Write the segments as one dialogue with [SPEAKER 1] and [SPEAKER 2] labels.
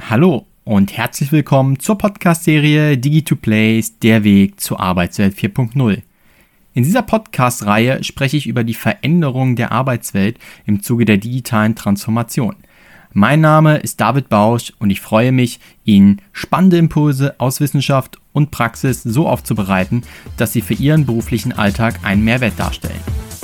[SPEAKER 1] Hallo und herzlich willkommen zur Podcast-Serie Digi2Place, der Weg zur Arbeitswelt 4.0. In dieser Podcast-Reihe spreche ich über die Veränderung der Arbeitswelt im Zuge der digitalen Transformation. Mein Name ist David Bausch und ich freue mich, Ihnen spannende Impulse aus Wissenschaft und Praxis so aufzubereiten, dass sie für Ihren beruflichen Alltag einen Mehrwert darstellen.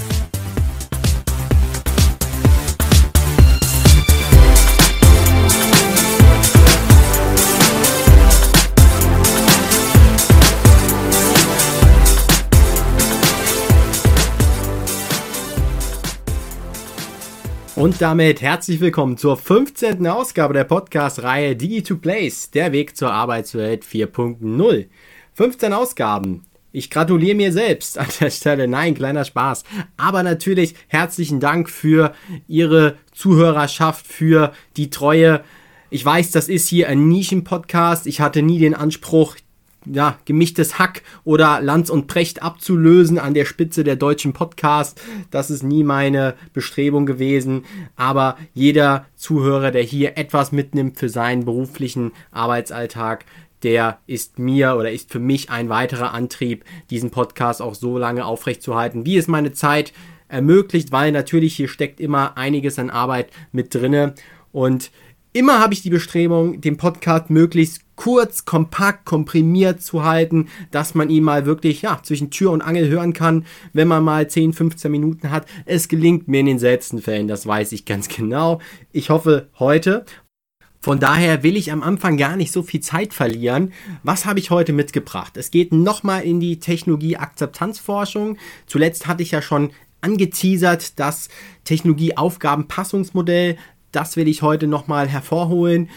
[SPEAKER 1] Und damit herzlich willkommen zur 15. Ausgabe der Podcast-Reihe Digi2Place, der Weg zur Arbeitswelt 4.0. 15 Ausgaben. Ich gratuliere mir selbst an der Stelle. Nein, kleiner Spaß. Aber natürlich herzlichen Dank für Ihre Zuhörerschaft, für die Treue. Ich weiß, das ist hier ein Nischen-Podcast. Ich hatte nie den Anspruch, gemischtes Hack oder Lanz und Precht abzulösen an der Spitze der deutschen Podcast. Das ist nie meine Bestrebung gewesen. Aber jeder Zuhörer, der hier etwas mitnimmt für seinen beruflichen Arbeitsalltag, der ist mir oder ist für mich ein weiterer Antrieb, diesen Podcast auch so lange aufrechtzuerhalten, wie es meine Zeit ermöglicht, weil natürlich hier steckt immer einiges an Arbeit mit drinne. Und immer habe ich die Bestrebung, den Podcast möglichst kurz, kompakt, komprimiert zu halten, dass man ihn mal wirklich zwischen Tür und Angel hören kann, wenn man mal 10, 15 Minuten hat. Es gelingt mir in den seltensten Fällen, das weiß ich ganz genau. Ich hoffe heute. Von daher will ich am Anfang gar nicht so viel Zeit verlieren. Was habe ich heute mitgebracht? Es geht nochmal in die Technologie-Akzeptanzforschung. Zuletzt hatte ich ja schon angeteasert, das Technologie-Aufgaben-Passungsmodell. Das will ich heute nochmal hervorholen.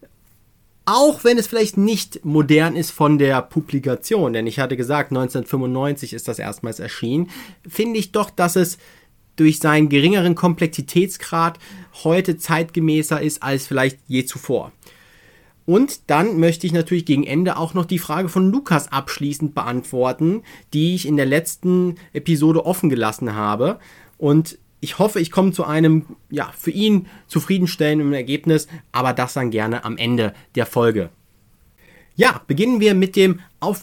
[SPEAKER 1] Auch wenn es vielleicht nicht modern ist von der Publikation, denn ich hatte gesagt, 1995 ist das erstmals erschienen, finde ich doch, dass es durch seinen geringeren Komplexitätsgrad heute zeitgemäßer ist als vielleicht je zuvor. Und dann möchte ich natürlich gegen Ende auch noch die Frage von Lukas abschließend beantworten, die ich in der letzten Episode offen gelassen habe. Und ich hoffe, ich komme zu einem, für ihn zufriedenstellenden Ergebnis, aber das dann gerne am Ende der Folge. Beginnen wir mit dem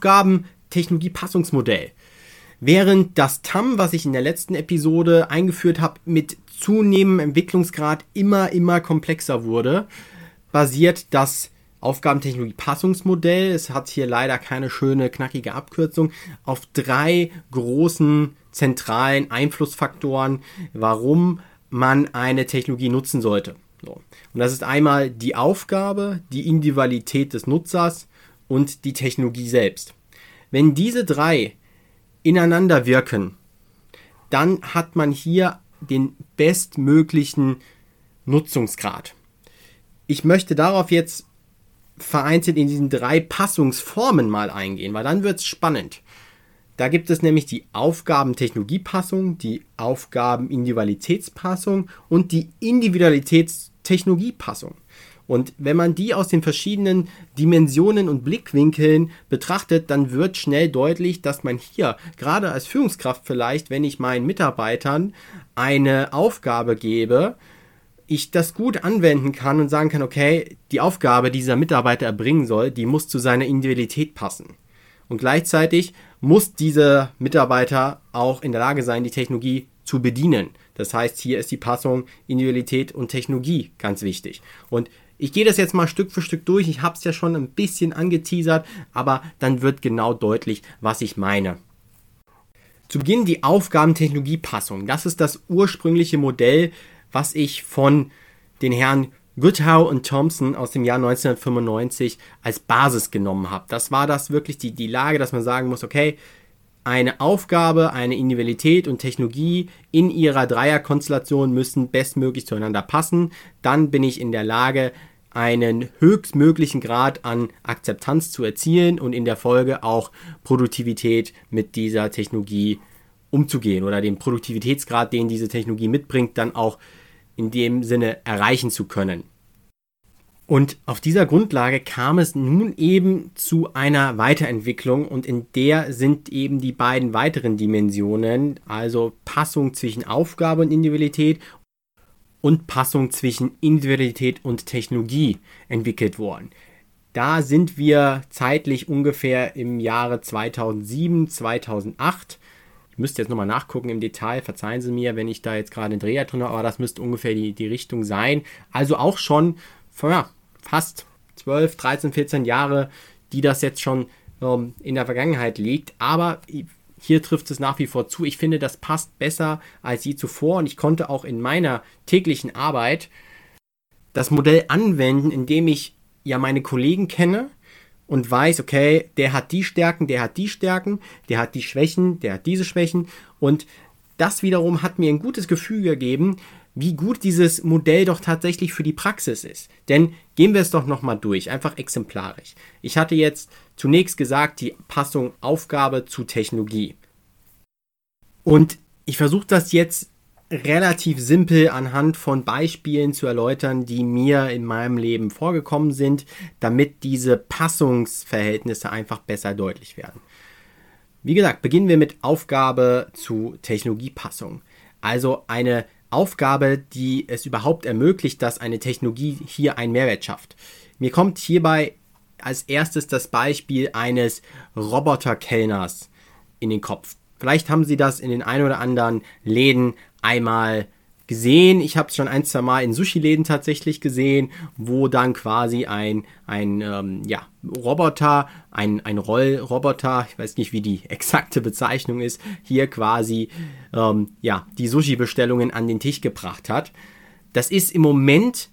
[SPEAKER 1] Aufgaben-Technologie-Passungsmodell. Während das TAM, was ich in der letzten Episode eingeführt habe, mit zunehmendem Entwicklungsgrad immer komplexer wurde, basiert das Aufgabentechnologie-Passungsmodell, es hat hier leider keine schöne, knackige Abkürzung, auf 3 großen zentralen Einflussfaktoren, warum man eine Technologie nutzen sollte. Und das ist einmal die Aufgabe, die Individualität des Nutzers und die Technologie selbst. Wenn diese 3 ineinander wirken, dann hat man hier den bestmöglichen Nutzungsgrad. Ich möchte darauf jetzt vereinzelt in diesen 3 Passungsformen mal eingehen, weil dann wird es spannend. Da gibt es nämlich die Aufgaben-Technologie-Passung, die Aufgaben-Individualitätspassung und die Individualitäts-Technologie-Passung. Und wenn man die aus den verschiedenen Dimensionen und Blickwinkeln betrachtet, dann wird schnell deutlich, dass man hier, gerade als Führungskraft vielleicht, wenn ich meinen Mitarbeitern eine Aufgabe gebe, ich das gut anwenden kann und sagen kann, okay, die Aufgabe, die dieser Mitarbeiter erbringen soll, die muss zu seiner Individualität passen. Und gleichzeitig muss dieser Mitarbeiter auch in der Lage sein, die Technologie zu bedienen. Das heißt, hier ist die Passung Individualität und Technologie ganz wichtig. Und ich gehe das jetzt mal Stück für Stück durch. Ich habe es ja schon ein bisschen angeteasert, aber dann wird genau deutlich, was ich meine. Zu Beginn die Aufgaben-Technologie-Passung. Das ist das ursprüngliche Modell, was ich von den Herren Goodhow und Thompson aus dem Jahr 1995 als Basis genommen habe. Das war das wirklich die Lage, dass man sagen muss, okay, eine Aufgabe, eine Individualität und Technologie in ihrer Dreierkonstellation müssen bestmöglich zueinander passen. Dann bin ich in der Lage, einen höchstmöglichen Grad an Akzeptanz zu erzielen und in der Folge auch Produktivität mit dieser Technologie umzugehen oder den Produktivitätsgrad, den diese Technologie mitbringt, dann auch in dem Sinne erreichen zu können. Und auf dieser Grundlage kam es nun eben zu einer Weiterentwicklung und in der sind eben die beiden weiteren Dimensionen, also Passung zwischen Aufgabe und Individualität und Passung zwischen Individualität und Technologie entwickelt worden. Da sind wir zeitlich ungefähr im Jahre 2007, 2008. Ich müsste jetzt nochmal nachgucken im Detail, verzeihen Sie mir, wenn ich da jetzt gerade einen Dreher drin habe, aber das müsste ungefähr die Richtung sein. Also auch schon fast 12, 13, 14 Jahre, die das jetzt schon in der Vergangenheit liegt. Aber hier trifft es nach wie vor zu. Ich finde, das passt besser als je zuvor und ich konnte auch in meiner täglichen Arbeit das Modell anwenden, indem ich ja meine Kollegen kenne und weiß, okay, der hat die Stärken, der hat die Stärken, der hat die Schwächen, der hat diese Schwächen und das wiederum hat mir ein gutes Gefühl gegeben, wie gut dieses Modell doch tatsächlich für die Praxis ist. Denn gehen wir es doch nochmal durch, einfach exemplarisch. Ich hatte jetzt zunächst gesagt, die Passung Aufgabe zu Technologie. Und ich versuche das jetzt relativ simpel anhand von Beispielen zu erläutern, die mir in meinem Leben vorgekommen sind, damit diese Passungsverhältnisse einfach besser deutlich werden. Wie gesagt, beginnen wir mit Aufgabe zu Technologiepassung. Also eine Aufgabe, die es überhaupt ermöglicht, dass eine Technologie hier einen Mehrwert schafft. Mir kommt hierbei als erstes das Beispiel eines Roboterkellners in den Kopf. Vielleicht haben Sie das in den ein oder anderen Läden einmal gesehen. Ich habe es schon ein, zwei Mal in Sushi-Läden tatsächlich gesehen, wo dann quasi ein Roboter, ein Rollroboter, ich weiß nicht, wie die exakte Bezeichnung ist, hier quasi die Sushi-Bestellungen an den Tisch gebracht hat. Das ist im Moment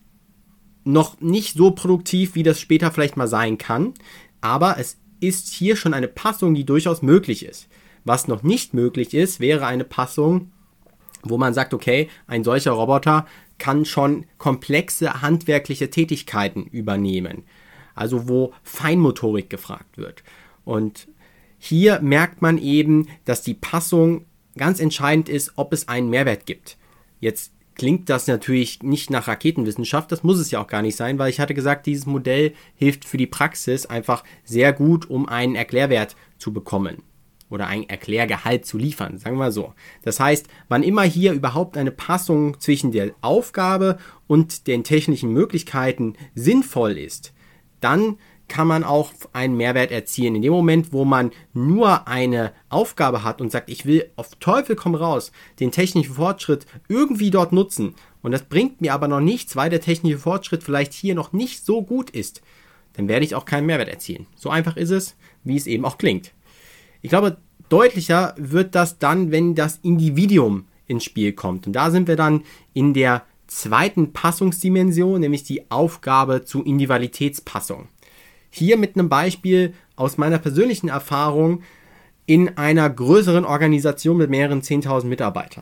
[SPEAKER 1] noch nicht so produktiv, wie das später vielleicht mal sein kann, aber es ist hier schon eine Passung, die durchaus möglich ist. Was noch nicht möglich ist, wäre eine Passung, wo man sagt, okay, ein solcher Roboter kann schon komplexe handwerkliche Tätigkeiten übernehmen. Also wo Feinmotorik gefragt wird. Und hier merkt man eben, dass die Passung ganz entscheidend ist, ob es einen Mehrwert gibt. Jetzt klingt das natürlich nicht nach Raketenwissenschaft, das muss es ja auch gar nicht sein, weil ich hatte gesagt, dieses Modell hilft für die Praxis einfach sehr gut, um einen Erklärwert zu bekommen. Oder ein Erklärgehalt zu liefern, sagen wir so. Das heißt, wann immer hier überhaupt eine Passung zwischen der Aufgabe und den technischen Möglichkeiten sinnvoll ist, dann kann man auch einen Mehrwert erzielen. In dem Moment, wo man nur eine Aufgabe hat und sagt, ich will auf Teufel komm raus den technischen Fortschritt irgendwie dort nutzen und das bringt mir aber noch nichts, weil der technische Fortschritt vielleicht hier noch nicht so gut ist, dann werde ich auch keinen Mehrwert erzielen. So einfach ist es, wie es eben auch klingt. Ich glaube, deutlicher wird das dann, wenn das Individuum ins Spiel kommt. Und da sind wir dann in der zweiten Passungsdimension, nämlich die Aufgabe zu Individualitätspassung. Hier mit einem Beispiel aus meiner persönlichen Erfahrung in einer größeren Organisation mit mehreren 10.000 Mitarbeitern.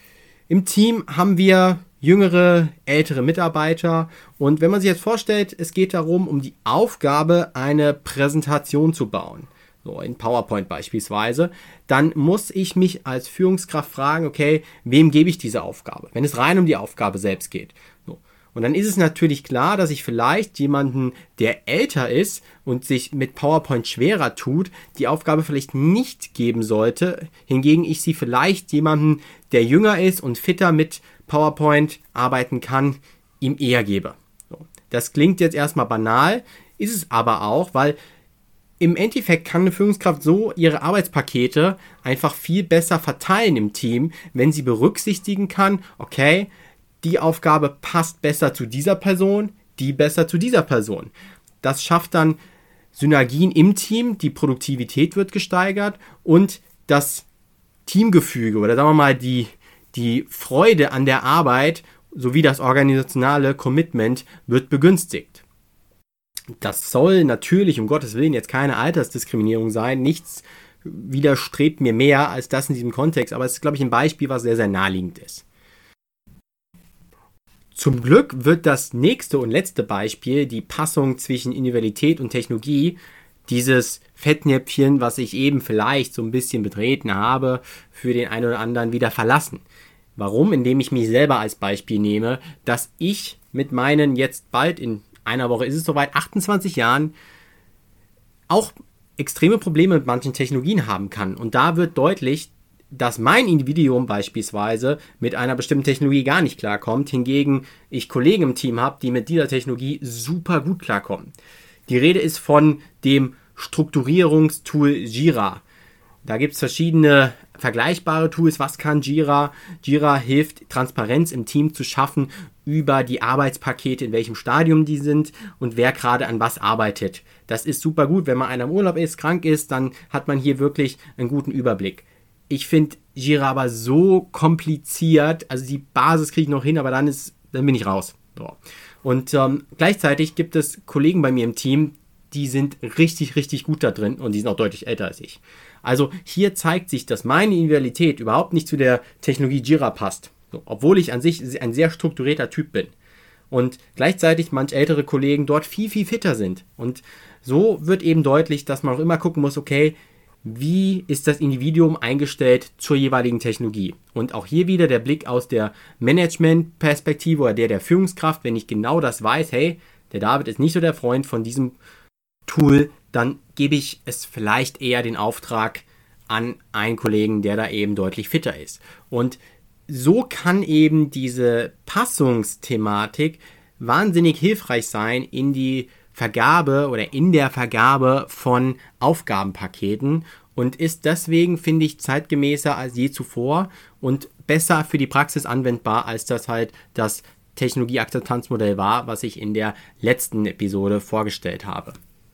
[SPEAKER 1] Im Team haben wir jüngere, ältere Mitarbeiter und wenn man sich jetzt vorstellt, es geht darum, um die Aufgabe, eine Präsentation zu bauen, so in PowerPoint beispielsweise, dann muss ich mich als Führungskraft fragen, okay, wem gebe ich diese Aufgabe, wenn es rein um die Aufgabe selbst geht. So. Und dann ist es natürlich klar, dass ich vielleicht jemanden, der älter ist und sich mit PowerPoint schwerer tut, die Aufgabe vielleicht nicht geben sollte, hingegen ich sie vielleicht jemanden, der jünger ist und fitter mit PowerPoint arbeiten kann, ihm eher gebe. So. Das klingt jetzt erstmal banal, ist es aber auch, weil im Endeffekt kann eine Führungskraft so ihre Arbeitspakete einfach viel besser verteilen im Team, wenn sie berücksichtigen kann, okay, die Aufgabe passt besser zu dieser Person, die besser zu dieser Person. Das schafft dann Synergien im Team, die Produktivität wird gesteigert und das Teamgefüge oder sagen wir mal die Freude an der Arbeit sowie das organisationale Commitment wird begünstigt. Das soll natürlich, um Gottes Willen, jetzt keine Altersdiskriminierung sein. Nichts widerstrebt mir mehr als das in diesem Kontext. Aber es ist, glaube ich, ein Beispiel, was sehr, sehr naheliegend ist. Zum Glück wird das nächste und letzte Beispiel, die Passung zwischen Individualität und Technologie, dieses Fettnäpfchen, was ich eben vielleicht so ein bisschen betreten habe, für den einen oder anderen wieder verlassen. Warum? Indem ich mich selber als Beispiel nehme, dass ich mit meinen jetzt bald in einer Woche ist es soweit, 28 Jahren, auch extreme Probleme mit manchen Technologien haben kann. Und da wird deutlich, dass mein Individuum beispielsweise mit einer bestimmten Technologie gar nicht klarkommt, hingegen ich Kollegen im Team habe, die mit dieser Technologie super gut klarkommen. Die Rede ist von dem Strukturierungstool Jira. Da gibt es verschiedene vergleichbare Tools. Was kann Jira? Jira hilft, Transparenz im Team zu schaffen über die Arbeitspakete, in welchem Stadium die sind und wer gerade an was arbeitet. Das ist super gut. Wenn man einer im Urlaub ist, krank ist, dann hat man hier wirklich einen guten Überblick. Ich finde Jira aber so kompliziert, also die Basis kriege ich noch hin, aber dann bin ich raus. So. Und gleichzeitig gibt es Kollegen bei mir im Team, die sind richtig, richtig gut da drin und die sind auch deutlich älter als ich. Also hier zeigt sich, dass meine Individualität überhaupt nicht zu der Technologie Jira passt, so, obwohl ich an sich ein sehr strukturierter Typ bin. Und gleichzeitig manch ältere Kollegen dort viel, viel fitter sind. Und so wird eben deutlich, dass man auch immer gucken muss, okay, wie ist das Individuum eingestellt zur jeweiligen Technologie? Und auch hier wieder der Blick aus der Management-Perspektive oder der Führungskraft, wenn ich genau das weiß, hey, der David ist nicht so der Freund von diesem Tool, dann gebe ich es vielleicht eher den Auftrag an einen Kollegen, der da eben deutlich fitter ist. Und so kann eben diese Passungsthematik wahnsinnig hilfreich sein in die Vergabe oder in der Vergabe von Aufgabenpaketen und ist deswegen, finde ich, zeitgemäßer als je zuvor und besser für die Praxis anwendbar, als das halt das Technologieakzeptanzmodell war, was ich in der letzten Episode vorgestellt habe.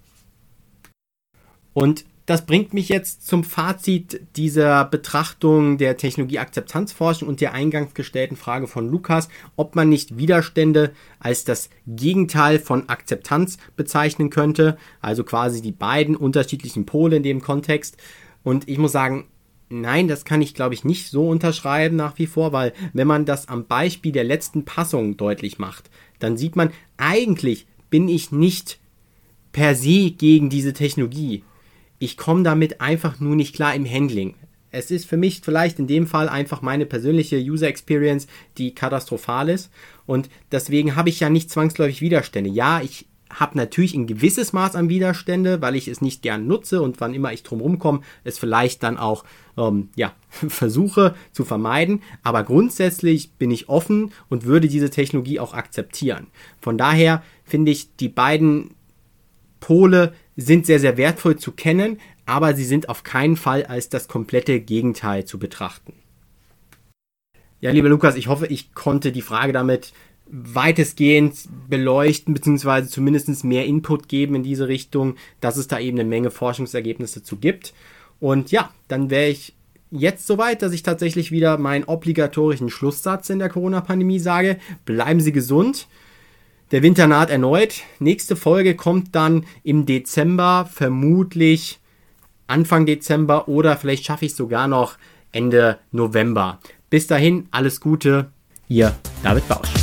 [SPEAKER 1] Und das bringt mich jetzt zum Fazit dieser Betrachtung der Technologieakzeptanzforschung und der eingangs gestellten Frage von Lukas, ob man nicht Widerstände als das Gegenteil von Akzeptanz bezeichnen könnte, also quasi die beiden unterschiedlichen Pole in dem Kontext. Und ich muss sagen, nein, das kann ich, glaube ich, nicht so unterschreiben nach wie vor, weil wenn man das am Beispiel der letzten Passung deutlich macht, dann sieht man, eigentlich bin ich nicht per se gegen diese Technologie. Ich komme damit einfach nur nicht klar im Handling. Es ist für mich vielleicht in dem Fall einfach meine persönliche User Experience, die katastrophal ist. Und deswegen habe ich ja nicht zwangsläufig Widerstände. Ja, ich habe natürlich ein gewisses Maß an Widerstände, weil ich es nicht gern nutze und wann immer ich drum rumkomme, es vielleicht dann auch versuche zu vermeiden. Aber grundsätzlich bin ich offen und würde diese Technologie auch akzeptieren. Von daher finde ich, die beiden Pole sind sehr, sehr wertvoll zu kennen, aber sie sind auf keinen Fall als das komplette Gegenteil zu betrachten. Ja, lieber Lukas, ich hoffe, ich konnte die Frage damit weitestgehend beleuchten, beziehungsweise zumindest mehr Input geben in diese Richtung, dass es da eben eine Menge Forschungsergebnisse zu gibt. Und ja, dann wäre ich jetzt soweit, dass ich tatsächlich wieder meinen obligatorischen Schlusssatz in der Corona-Pandemie sage. Bleiben Sie gesund. Der Winter naht erneut. Nächste Folge kommt dann im Dezember, vermutlich Anfang Dezember oder vielleicht schaffe ich es sogar noch Ende November. Bis dahin, alles Gute, Ihr David Bausch.